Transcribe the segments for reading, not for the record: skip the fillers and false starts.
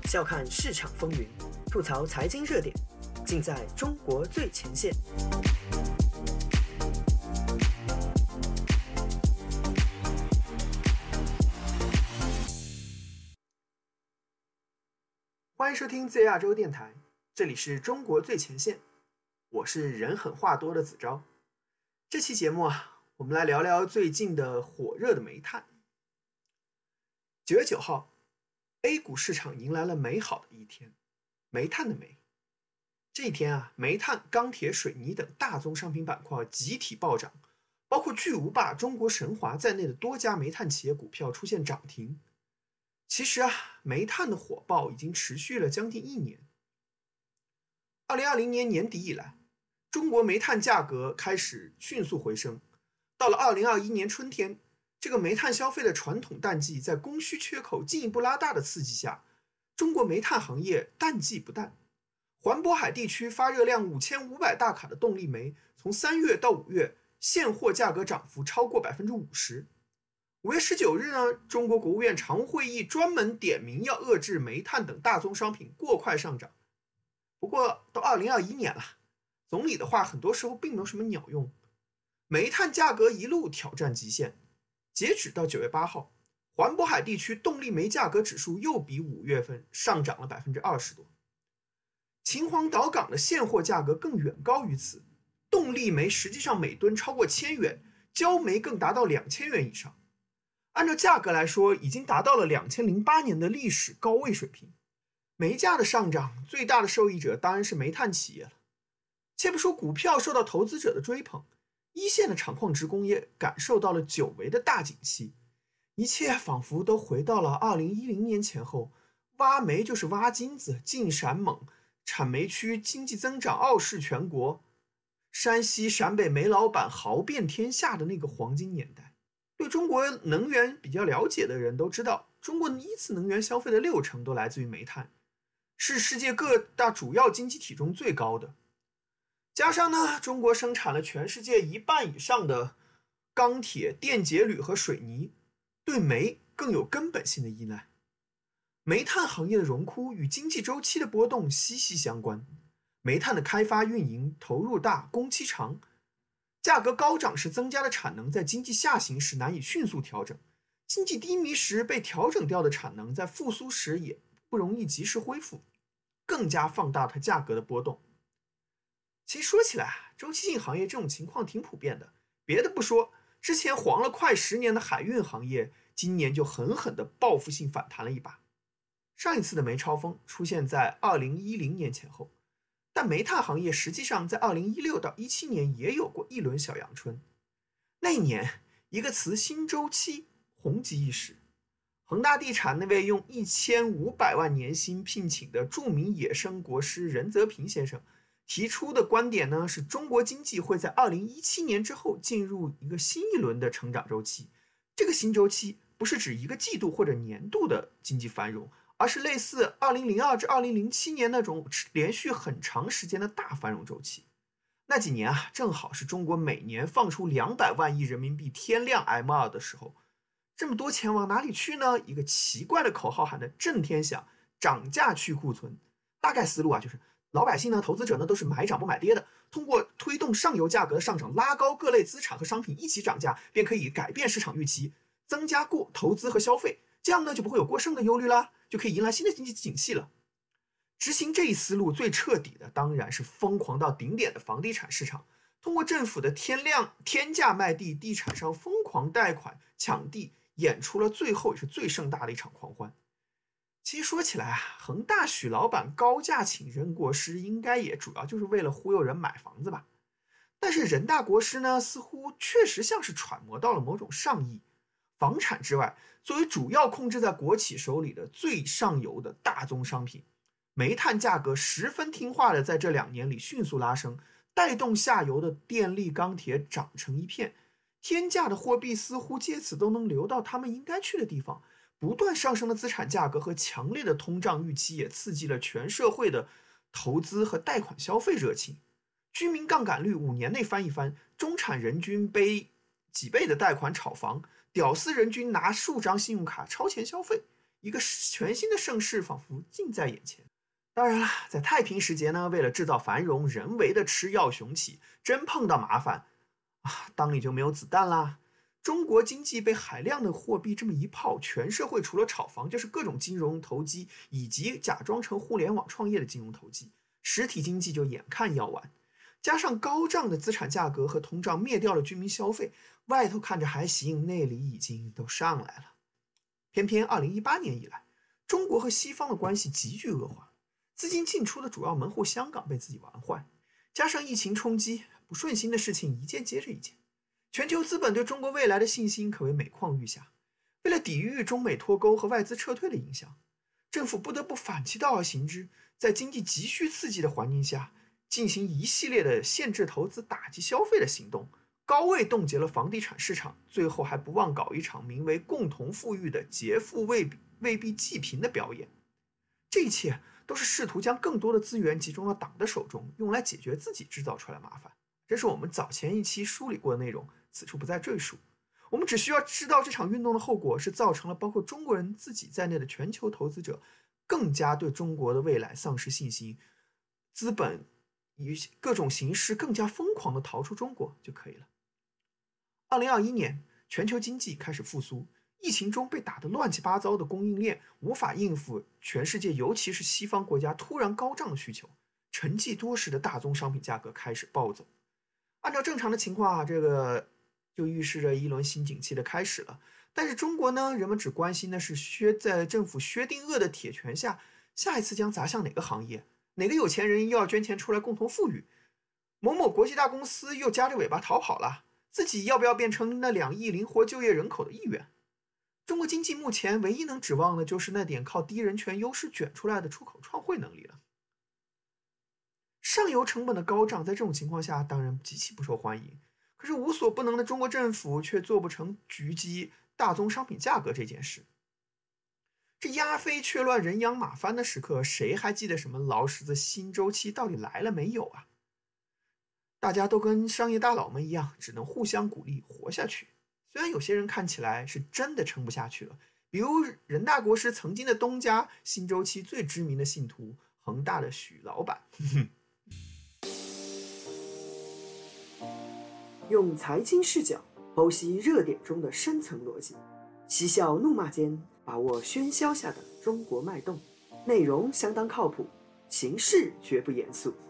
笑看市场风云，吐槽财经热点，尽在中国最前线。欢迎收听自由亚洲电台，这里是中国最前线，我是人狠话多的子昭。这期节目我们来聊聊最近的火热的煤炭。9月9号 A 股市场迎来了美好的一天，煤炭的煤。这一天煤炭、钢铁、水泥等大宗商品板块集体暴涨，包括巨无霸中国神华在内的多家煤炭企业股票出现涨停。其实煤炭的火爆已经持续了将近1年。2020年年底以来，中国煤炭价格开始迅速回升。到了2021年春天，这个煤炭消费的传统淡季在供需缺口进一步拉大的刺激下，中国煤炭行业淡季不淡。环渤海地区发热量5500大卡的动力煤，从3月到5月现货价格涨幅超过 50%。5月19日呢，中国国务院常务会议专门点名要遏制煤炭等大宗商品过快上涨。不过到2021年了，总理的话很多时候并没有什么鸟用，煤炭价格一路挑战极限。截止到9月8号，环渤海地区动力煤价格指数又比5月份上涨了 20% 多。秦皇岛港的现货价格更远高于此，动力煤实际上每吨超过1000元，焦煤更达到2000元以上。按照价格来说，已经达到了2008年的历史高位水平。煤价的上涨，最大的受益者当然是煤炭企业了。且不说股票受到投资者的追捧，一线的厂矿职工也感受到了久违的大景气，一切仿佛都回到了2010年前后，挖煤就是挖金子，进陕猛，产煤区经济增长傲视全国，山西陕北煤老板豪遍天下的那个黄金年代。对中国能源比较了解的人都知道，中国一次能源消费的60%都来自于煤炭，是世界各大主要经济体中最高的。加上呢，中国生产了全世界1半以上的钢铁、电解铝和水泥，对煤更有根本性的依赖。煤炭行业的荣枯与经济周期的波动息息相关。煤炭的开发、运营投入大，工期长，价格高涨时增加的产能在经济下行时难以迅速调整，经济低迷时被调整掉的产能在复苏时也不容易及时恢复，更加放大它价格的波动。其实说起来周期性行业这种情况挺普遍的。别的不说，之前黄了快10年的海运行业，今年就狠狠的报复性反弹了一把。上一次的煤超风出现在2010年前后，但煤炭行业实际上在2016到17年也有过一轮小阳春。那一年一个词新周期红极一时，恒大地产那位用1500万年薪聘请的著名野生国师任泽平先生提出的观点呢，是中国经济会在2017年之后进入一个新一轮的成长周期。这个新周期不是指一个季度或者年度的经济繁荣，而是类似2002至2007年那种连续很长时间的大繁荣周期。那几年正好是中国每年放出200万亿人民币天量 M2 的时候。这么多钱往哪里去呢？一个奇怪的口号喊得震天响，涨价去库存。大概思路就是老百姓呢，投资者呢都是买涨不买跌的，通过推动上游价格的上涨，拉高各类资产和商品一起涨价，便可以改变市场预期，增加投资和消费，这样呢就不会有过剩的忧虑啦，就可以迎来新的经济景气了。执行这一思路最彻底的当然是疯狂到顶点的房地产市场，通过政府的天价卖地，地产商疯狂贷款抢地，演出了最后也是最盛大的一场狂欢。其实说起来恒大许老板高价请任国师，应该也主要就是为了忽悠人买房子吧。但是人大国师呢，似乎确实像是揣摩到了某种上意。房产之外，作为主要控制在国企手里的最上游的大宗商品，煤炭价格十分听话的在这2年里迅速拉升，带动下游的电力、钢铁涨成一片。天价的货币似乎借此都能流到他们应该去的地方。不断上升的资产价格和强烈的通胀预期也刺激了全社会的投资和贷款消费热情。居民杠杆率5年内翻一番，中产人均背几倍的贷款炒房，屌丝人均拿数张信用卡超前消费， 一个全新的盛世仿佛近在眼前。当然了，在太平时节呢，为了制造繁荣，人为的吃药雄起，真碰到麻烦裆里就没有子弹啦。中国经济被海量的货币这么一泡，全社会除了炒房就是各种金融投机，以及假装成互联网创业的金融投机，实体经济就眼看要完。加上高涨的资产价格和通胀灭掉了居民消费，外头看着还行，内里已经都上来了。偏偏2018年以来，中国和西方的关系急剧恶化，资金进出的主要门户香港被自己玩坏，加上疫情冲击，不顺心的事情一件接着一件。全球资本对中国未来的信心可谓每况愈下。为了抵御中美脱钩和外资撤退的影响，政府不得不反其道而行之，在经济急需刺激的环境下，进行一系列的限制投资、打击消费的行动，高位冻结了房地产市场，最后还不忘搞一场名为“共同富裕”的劫富未必济贫的表演。这一切都是试图将更多的资源集中到党的手中，用来解决自己制造出来的麻烦。这是我们早前一期梳理过的内容，此处不再赘述。我们只需要知道这场运动的后果是造成了包括中国人自己在内的全球投资者更加对中国的未来丧失信心，资本以各种形式更加疯狂地逃出中国就可以了。2021年，全球经济开始复苏，疫情中被打得乱七八糟的供应链无法应付全世界尤其是西方国家突然高涨的需求，沉寂多时的大宗商品价格开始暴走。按照正常的情况这个就预示着一轮新景气的开始了。但是中国呢，人们只关心的是在政府薛定谔的铁拳下，下一次将砸向哪个行业，哪个有钱人又要捐钱出来共同富裕，某某国际大公司又夹着尾巴逃跑了，自己要不要变成那2亿灵活就业人口的一员？中国经济目前唯一能指望的就是那点靠低人权优势卷出来的出口创汇能力了。上游成本的高涨在这种情况下当然极其不受欢迎，可是无所不能的中国政府却做不成狙击大宗商品价格这件事。这鸦飞却乱人仰马翻的时刻，谁还记得什么劳什子新周期到底来了没有啊？大家都跟商业大佬们一样，只能互相鼓励活下去。虽然有些人看起来是真的撑不下去了，比如人大国师曾经的东家新周期最知名的信徒恒大的许老板。 用财经视角剖析热点中的深层逻辑，嬉笑怒骂间把握喧嚣下的中国脉动。内容相当靠谱，形式绝不严肃。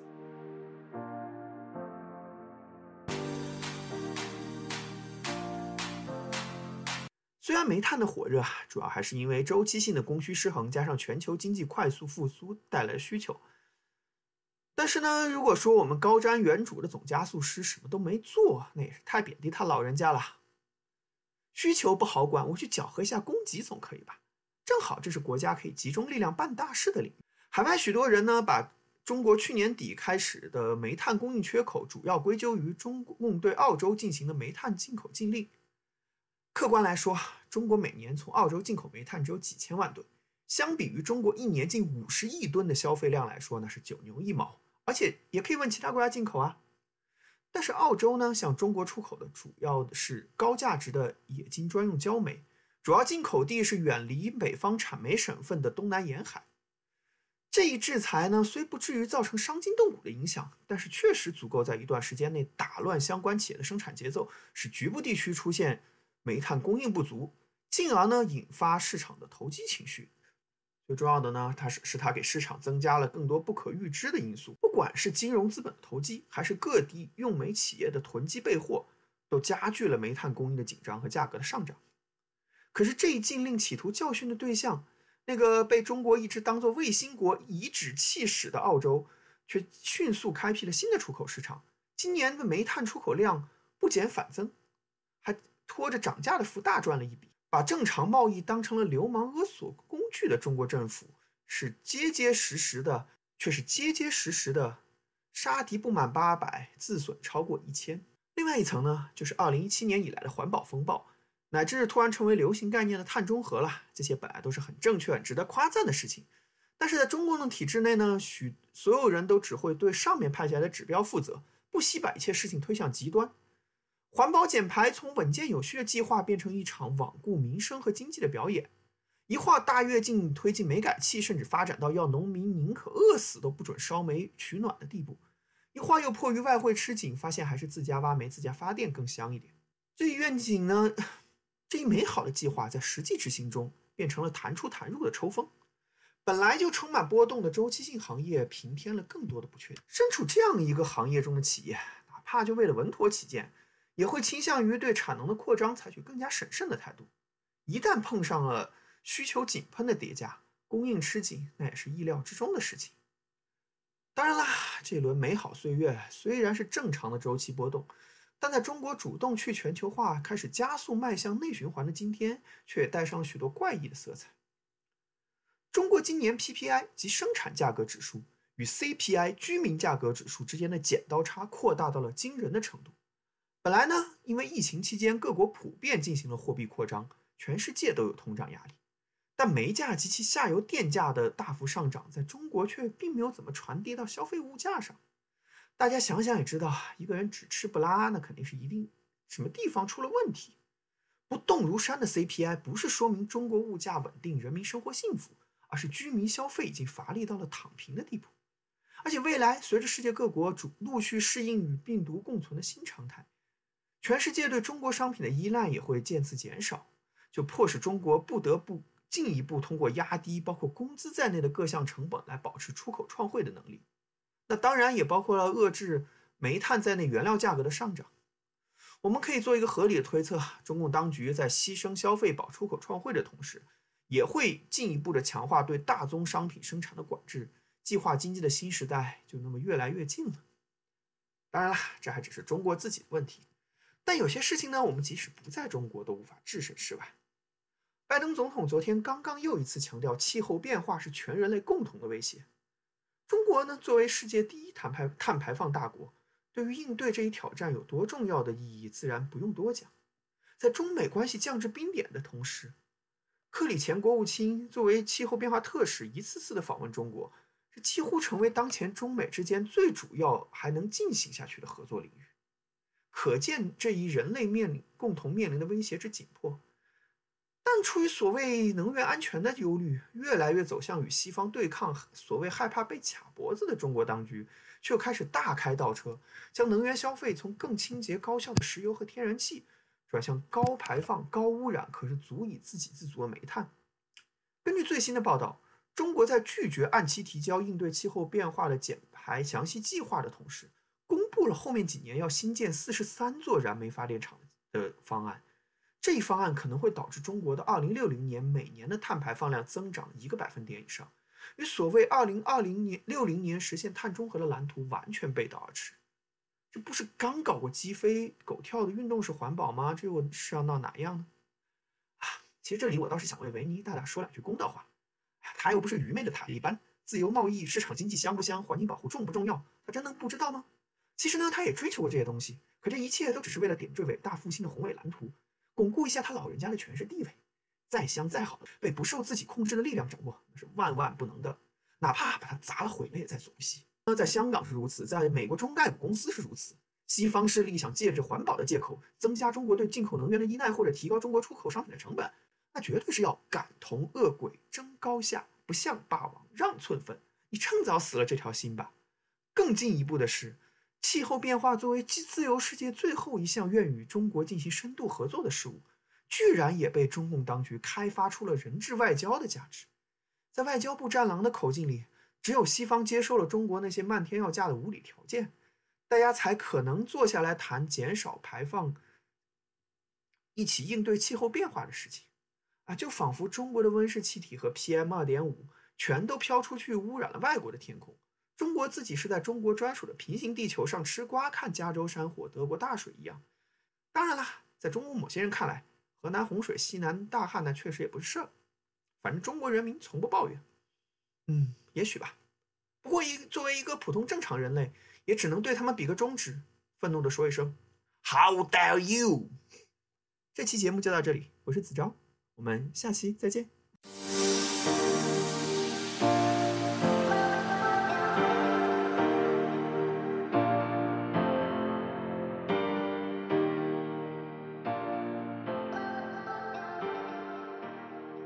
虽然煤炭的火热主要还是因为周期性的供需失衡加上全球经济快速复苏带来的需求，但是呢，如果说我们高瞻远瞩的总加速师什么都没做，那也是太贬低他老人家了。需求不好管，我去搅和一下供给总可以吧？正好这是国家可以集中力量办大事的领域。海外许多人呢，把中国去年底开始的煤炭供应缺口主要归咎于中共对澳洲进行的煤炭进口禁令。客观来说，中国每年从澳洲进口煤炭只有几千万吨，相比于中国一年近50亿吨的消费量来说，那是九牛一毛。而且也可以问其他国家进口啊。但是澳洲呢，向中国出口的主要的是高价值的冶金专用焦煤，主要进口地是远离北方产煤省份的东南沿海。这一制裁呢，虽不至于造成伤筋动骨的影响，但是确实足够在一段时间内打乱相关企业的生产节奏，使局部地区出现煤炭供应不足，进而呢引发市场的投机情绪。最重要的呢，它给市场增加了更多不可预知的因素，不管是金融资本的投机，还是各地用煤企业的囤积备货，都加剧了煤炭供应的紧张和价格的上涨。可是这一禁令企图教训的对象，那个被中国一直当作卫星国颐指气使的澳洲，却迅速开辟了新的出口市场。今年的煤炭出口量不减反增，还拖着涨价的福大赚了一笔。把正常贸易当成了流氓勒索工具的中国政府，却是结结实实的杀敌不满800，自损超过1000。另外一层呢，就是2017年以来的环保风暴，乃至突然成为流行概念的碳中和了。这些本来都是很正确、很值得夸赞的事情，但是在中共的体制内呢，所有人都只会对上面派下来的指标负责，不惜把一切事情推向极端。环保减排从稳健有序的计划变成一场罔顾民生和经济的表演。 一化大跃进推进煤改气，甚至发展到要农民宁可饿死都不准烧煤取暖的地步；一化又迫于外汇吃紧，发现还是自家挖煤自家发电更香一点。这一愿景呢，这一美好的计划在实际执行中变成了弹出弹入的抽风。本来就充满波动的周期性行业平添了更多的不确定。身处这样一个行业中的企业，哪怕就为了稳妥起见，也会倾向于对产能的扩张采取更加审慎的态度。一旦碰上了需求井喷的叠加，供应吃紧，那也是意料之中的事情。当然啦，这轮美好岁月虽然是正常的周期波动，但在中国主动去全球化、开始加速迈向内循环的今天，却也带上了许多怪异的色彩。中国今年 PPI 及生产价格指数与 CPI 居民价格指数之间的剪刀差扩大到了惊人的程度。本来呢，因为疫情期间各国普遍进行了货币扩张，全世界都有通胀压力，但煤价及其下游电价的大幅上涨，在中国却并没有怎么传递到消费物价上。大家想想也知道，一个人只吃不拉，那肯定是一定什么地方出了问题。不动如山的 CPI 不是说明中国物价稳定、人民生活幸福，而是居民消费已经乏力到了躺平的地步。而且未来随着世界各国陆续适应与病毒共存的新常态，全世界对中国商品的依赖也会渐次减少，就迫使中国不得不进一步通过压低包括工资在内的各项成本来保持出口创汇的能力。那当然也包括了遏制煤炭在内原料价格的上涨。我们可以做一个合理的推测，中共当局在牺牲消费保出口创汇的同时，也会进一步的强化对大宗商品生产的管制，计划经济的新时代就那么越来越近了。当然了，这还只是中国自己的问题，但有些事情呢，我们即使不在中国都无法置身事外。拜登总统昨天刚刚又一次强调，气候变化是全人类共同的威胁。中国呢，作为世界第一碳排放大国，对于应对这一挑战有多重要的意义，自然不用多讲。在中美关系降至冰点的同时，克里前国务卿作为气候变化特使一次次的访问中国，这几乎成为当前中美之间最主要还能进行下去的合作领域。可见这一人类共同面临的威胁之紧迫。但出于所谓能源安全的忧虑，越来越走向与西方对抗，所谓害怕被卡脖子的中国当局，却开始大开倒车，将能源消费从更清洁高效的石油和天然气，转向高排放、高污染可是足以自给自足的煤炭。根据最新的报道，中国在拒绝按期提交应对气候变化的减排详细计划的同时，公布了后面几年要新建43座燃煤发电厂的方案。这一方案可能会导致中国的2060年每年的碳排放量增长1个百分点以上，与所谓2060年实现碳中和的蓝图完全背道而驰。这不是刚搞过鸡飞狗跳的运动式环保吗？这又是要闹哪样呢？其实这里我倒是想为维尼大大说两句公道话。他又不是愚昧的塔利班，自由贸易、市场经济香不香，环境保护重不重要，他真能不知道吗？其实呢，他也追求过这些东西，可这一切都只是为了点缀伟大复兴的宏伟蓝图，巩固一下他老人家的权势地位。再香再好的，被不受自己控制的力量掌握，那是万万不能的，哪怕把它砸了毁了也在所不惜。在香港是如此，在美国中概股公司是如此。西方势力想借着环保的借口增加中国对进口能源的依赖，或者提高中国出口商品的成本，那绝对是要感同恶鬼，争高下，不向霸王让寸分。你趁早死了这条心吧。更进一步的是，气候变化作为自由世界最后一项愿与中国进行深度合作的事物，居然也被中共当局开发出了人质外交的价值。在外交部战狼的口径里，只有西方接受了中国那些漫天要价的无理条件，大家才可能坐下来谈减少排放，一起应对气候变化的事情。就仿佛中国的温室气体和 PM2.5 全都飘出去污染了外国的天空，中国自己是在中国专属的平行地球上吃瓜看加州山火、德国大水一样。当然啦，在中国某些人看来，河南洪水、西南大旱那确实也不是事儿，反正中国人民从不抱怨。也许吧。不过作为一个普通正常人类，也只能对他们比个中指，愤怒地说一声 How dare you。 这期节目就到这里，我是子昭，我们下期再见。